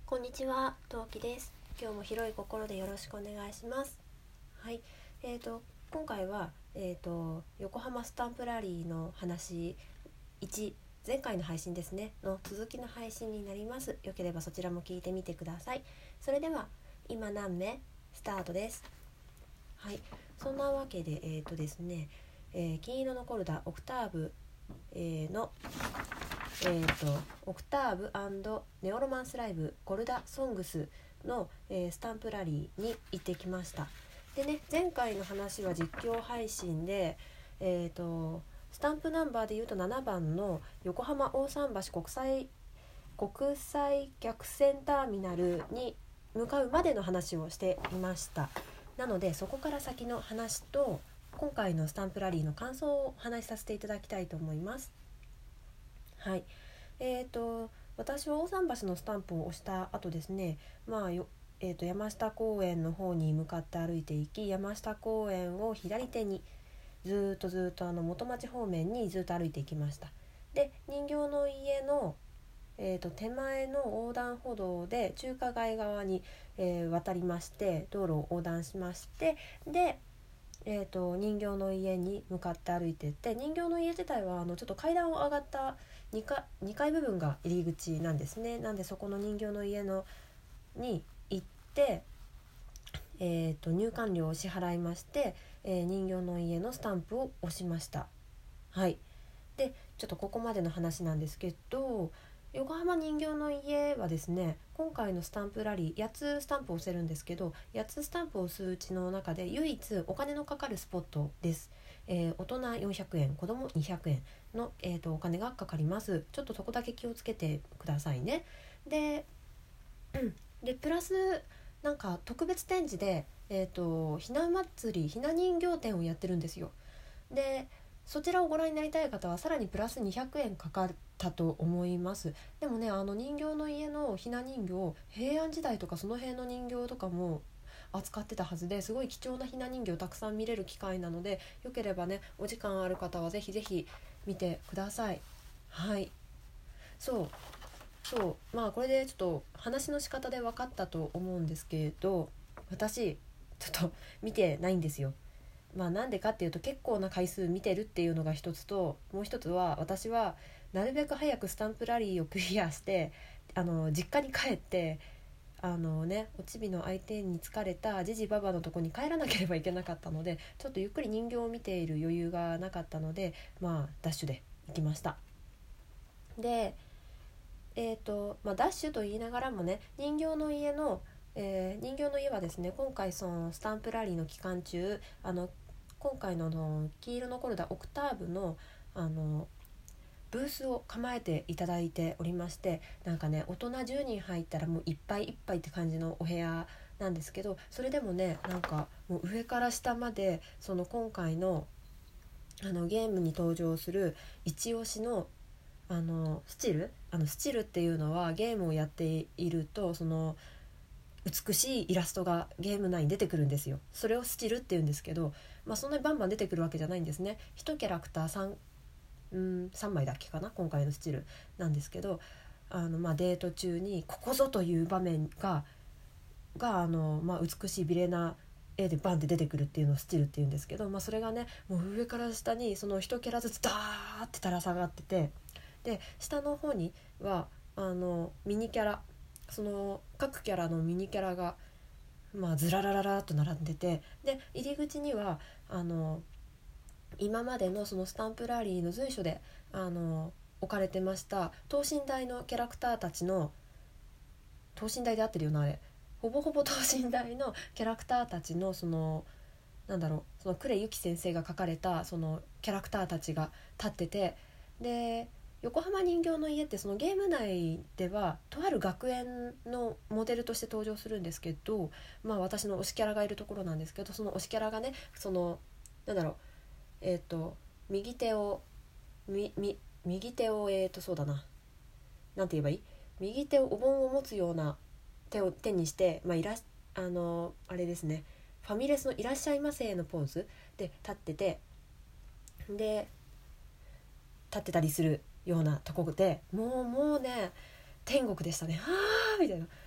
こんにちは、トウキです。今日も広い心でよろしくお願いします。はい、今回は、横浜スタンプラリーの話1、前回の配信ですねの続きの配信になります。よければそちらも聞いてみてください。それでは今何目スタートです。はい、そんなわけでですね、金色のコルダオクターブ、のオクターブ&ネオロマンスライブコルダソングスの、スタンプラリーに行ってきました。でね、前回の話は実況配信で、スタンプナンバーでいうと7番の横浜大桟橋国際客船ターミナルに向かうまでの話をしていました。なのでそこから先の話と今回のスタンプラリーの感想をお話しさせていただきたいと思います。はい、私は大桟橋のスタンプを押した後ですね、山下公園の方に向かって歩いていき、山下公園を左手にずっと元町方面にずっと歩いていきました。で、人形の家の、手前の横断歩道で中華街側に、渡りまして、道路を横断しまして、で人形の家に向かって歩いていって、人形の家自体はちょっと階段を上がった2階部分が入り口なんですね。なんでそこの人形の家に行って、入館料を支払いまして、人形の家のスタンプを押しました。はい。で、ちょっとここまでの話なんですけど、横浜人形の家はですね、今回のスタンプラリー8つスタンプを押せるんですけど、8つスタンプを押すうちの中で唯一お金のかかるスポットです。大人400円、子供200円の、お金がかかります。ちょっとそこだけ気をつけてくださいね。で、プラスなんか特別展示で、ひな祭り、ひな人形展をやってるんですよ。で、そちらをご覧になりたい方はさらにプラス200円かかったと思います。でもね、人形の家のひな人形、平安時代とかその辺の人形とかも扱ってたはずで、すごい貴重なひな人形をたくさん見れる機会なので、よければね、お時間ある方はぜひぜひ見てください。はい。これでちょっと話の仕方で分かったと思うんですけど、私ちょっと見てないんですよ。なんでかっていうと、結構な回数見てるっていうのが一つと、もう一つは私はなるべく早くスタンプラリーをクリアして、実家に帰って、おちびの相手に疲れたジジババのとこに帰らなければいけなかったので、ちょっとゆっくり人形を見ている余裕がなかったので、ダッシュで行きました。で、ダッシュと言いながらもね、人形の家はですね、今回そのスタンプラリーの期間中、今回の黄色のコルダオクターブのブースを構えていただいておりまして、なんかね、大人10人入ったらもういっぱいいっぱいって感じのお部屋なんですけど、それでもね、なんかもう上から下までその今回のゲームに登場する一押しのスチルっていうのは、ゲームをやっているとその美しいイラストがゲーム内に出てくるんですよ。それをスチルっていうんですけど、そんなにバンバン出てくるわけじゃないんですね。1キャラクター3枚だけかな、今回のスチルなんですけど、デート中にここぞという場面が美しい美麗な絵でバンって出てくるっていうのをスチルっていうんですけど、それがね、もう上から下にその1キャラずつダーって垂ら下がってて、で下の方にはミニキャラ、その各キャラのミニキャラがずららららっと並んでて、で入り口には今までのそのスタンプラリーの随所で置かれてました等身大のキャラクターたちの、等身大で合ってるよな、あれほぼほぼ等身大のキャラクターたちのその呉ゆき先生が描かれたそのキャラクターたちが立ってて、で横浜人形の家ってそのゲーム内ではとある学園のモデルとして登場するんですけど、私の推しキャラがいるところなんですけど、その推しキャラがね、その右手をそうだな、なんて言えばいい、右手をお盆を持つような手にして、あれですね、ファミレスのいらっしゃいませのポーズで立ってて、で立ってたりするようなところで、もうね、天国でしたね。みたいな、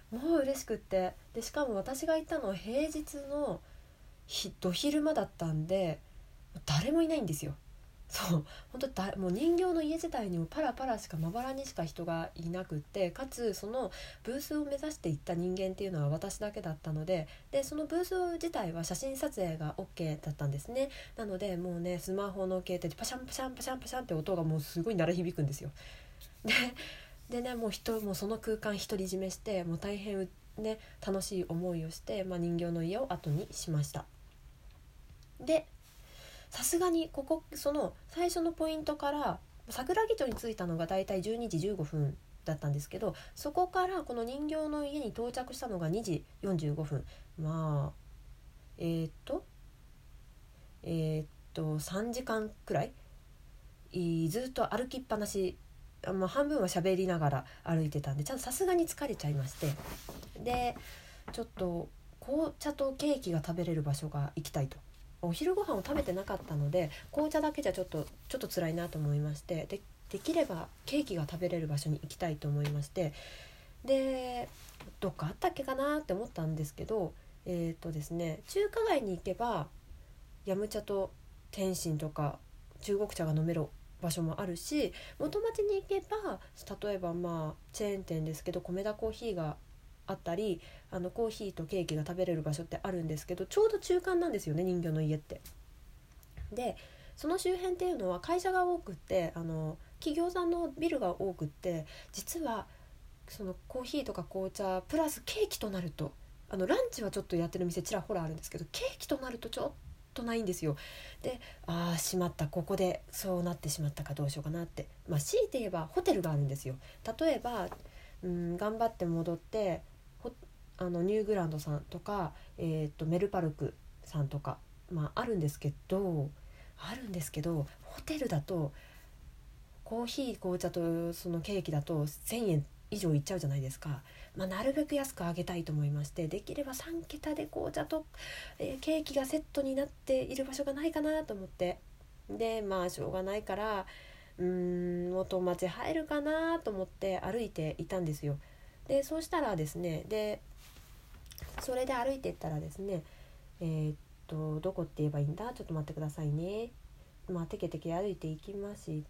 もう嬉しくって、でしかも私が行ったのは平日のど昼間だったんで誰もいないんですよ。そう本当だ、もう人形の家自体にもパラパラしかまばらにしか人がいなくって、かつそのブースを目指して行った人間っていうのは私だけだったので、そのブース自体は写真撮影が OK だったんですね。なのでもうねスマホの携帯でパシャンパシャンパシャンパシャンって音がもうすごい鳴り響くんですよ。でねもうその空間独り占めして、もう大変ね楽しい思いをして、人形の家を後にしました。でさすがにその最初のポイントから桜木町に着いたのがだいたい12時15分だったんですけど、そこからこの人形の家に到着したのが2時45分、3時間くらいずっと歩きっぱなし、半分は喋りながら歩いてたんで、ちゃんとさすがに疲れちゃいまして、でちょっと紅茶とケーキが食べれる場所が行きたいと。お昼ご飯を食べてなかったので紅茶だけじゃちょっと辛いなと思いまして、できればケーキが食べれる場所に行きたいと思いまして、でどっかあったっけかなって思ったんですけど、ですね、中華街に行けばヤムチャと天津とか中国茶が飲める場所もあるし、元町に行けば例えばチェーン店ですけど米田コーヒーがあったり、コーヒーとケーキが食べれる場所ってあるんですけど、ちょうど中間なんですよね、人形の家って。でその周辺っていうのは会社が多くって、企業さんのビルが多くって、実はそのコーヒーとか紅茶プラスケーキとなると、ランチはちょっとやってる店ちらほらあるんですけど、ケーキとなるとちょっとないんですよ。でしまった、ここでそうなってしまったか、どうしようかなって、強いて言えばホテルがあるんですよ。例えば頑張って戻ってニューグランドさんとか、メルパルクさんとか、あるんですけどホテルだとコーヒー紅茶とそのケーキだと1000円以上いっちゃうじゃないですか。なるべく安くあげたいと思いまして、できれば3桁で紅茶と、ケーキがセットになっている場所がないかなと思って、でしょうがないから元町入るかなと思って歩いていたんですよ。でそうしたらですね、それで歩いていったらですね、どこって言えばいいんだ、ちょっと待ってくださいね。テケテケ歩いていきまして、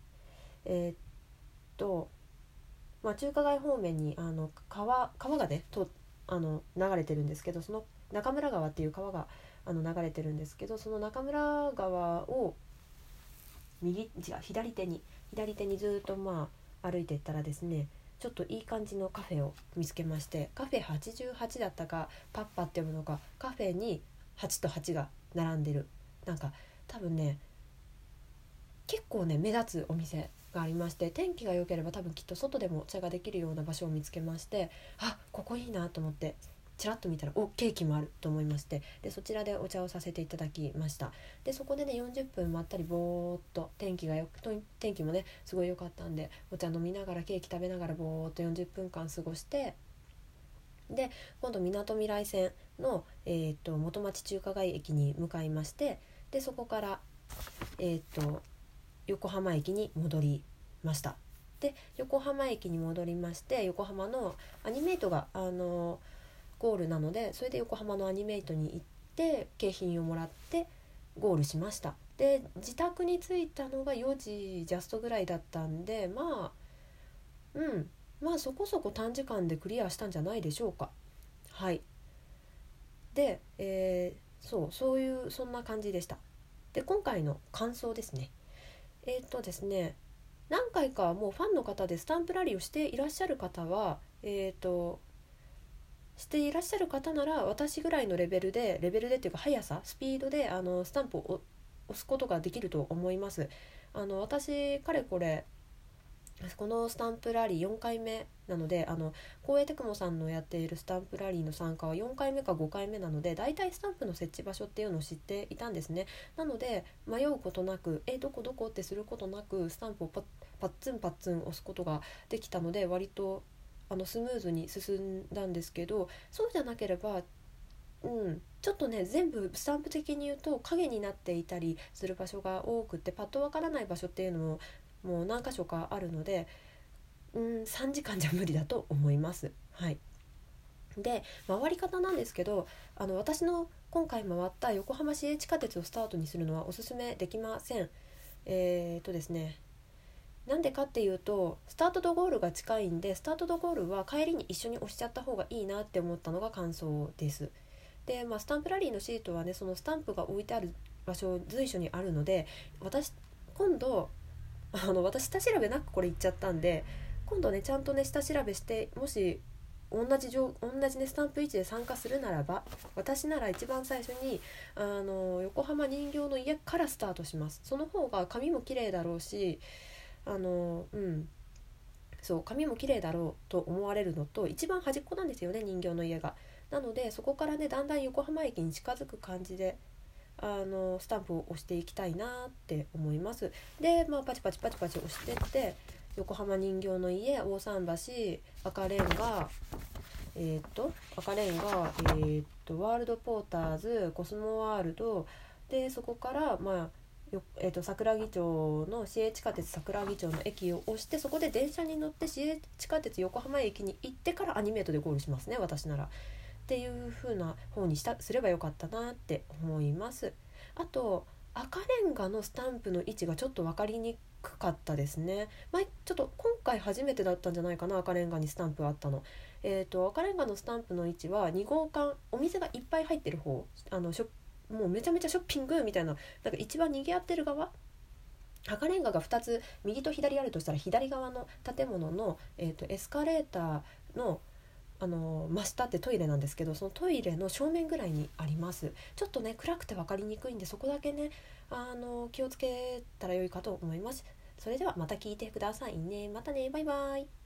中華街方面に川がね流れてるんですけど、その中村川っていう川が流れてるんですけど、その中村川を左手にずっと歩いていったらですね、ちょっといい感じのカフェを見つけまして、カフェ88だったかパッパって読むのか、カフェに8と8が並んでる、多分ね結構ね目立つお店がありまして、天気が良ければ多分きっと外でもお茶ができるような場所を見つけまして、ここいいなと思ってちらっと見たらケーキもあると思いまして、でそちらでお茶をさせていただきました。でそこでね40分まったりぼーっと天気もねすごい良かったんで、お茶飲みながらケーキ食べながらぼーっと40分間過ごして、で今度みなとみらい線の、元町中華街駅に向かいまして、でそこから、横浜駅に戻りました。で横浜駅に戻りまして、横浜のアニメイトがゴールなので、それで横浜のアニメイトに行って景品をもらってゴールしました。で自宅に着いたのが4時ジャストぐらいだったんで、そこそこ短時間でクリアしたんじゃないでしょうか。はい。で、そんな感じでした。で今回の感想ですね。ですね、何回かもうファンの方でスタンプラリーをしていらっしゃる方は、していらっしゃる方なら私ぐらいのレベルでっていうか速さスピードでスタンプを押すことができると思います。私かれこれこのスタンプラリー4回目なので、光栄テクモさんのやっているスタンプラリーの参加は4回目か5回目なので、だいたいスタンプの設置場所っていうのを知っていたんですね。なので迷うことなくどこってすることなくスタンプをパッツン押すことができたので、割とスムーズに進んだんですけど、そうじゃなければちょっとね全部スタンプ的に言うと影になっていたりする場所が多くて、パッとわからない場所っていうのももう何箇所かあるので、 3時間じゃ無理だと思います。はい。で回り方なんですけど、私の今回回った横浜市営地下鉄をスタートにするのはおすすめできません。ですね、なんでかっていうと、スタートとゴールが近いんで、スタートとゴールは帰りに一緒に押しちゃった方がいいなって思ったのが感想です。で、スタンプラリーのシートはね、そのスタンプが置いてある場所随所にあるので、今度私下調べなくこれ言っちゃったんで、今度ねちゃんとね下調べして、もし同じねスタンプ位置で参加するならば、私なら一番最初に横浜人形の家からスタートします。その方が紙も綺麗だろうし、そう紙も綺麗だろうと思われるのと、一番端っこなんですよね、人形の家が。なのでそこからねだんだん横浜駅に近づく感じでスタンプを押していきたいなって思います。で、パチパチパチパチ押してって、横浜人形の家、大桟橋、赤レンガ、ワールドポーターズ、コスモワールドで、そこから桜木町の市営地下鉄桜木町の駅を押して、そこで電車に乗って市営地下鉄横浜駅に行ってからアニメートでゴールしますね、私なら。っていう風な方にすればよかったなって思います。あと赤レンガのスタンプの位置がちょっと分かりにくかったですね。ちょっと今回初めてだったんじゃないかな、赤レンガにスタンプあったの。赤レンガのスタンプの位置は2号館、お店がいっぱい入ってる方、もうめちゃめちゃショッピングみたいな、なんか一番賑わってる側。赤レンガが2つ右と左あるとしたら、左側の建物の、エスカレーターの真下ってトイレなんですけど、そのトイレの正面ぐらいにあります。ちょっとね暗くて分かりにくいんで、そこだけね気をつけたら良いかと思います。それではまた聞いてくださいね。またね、バイバイ。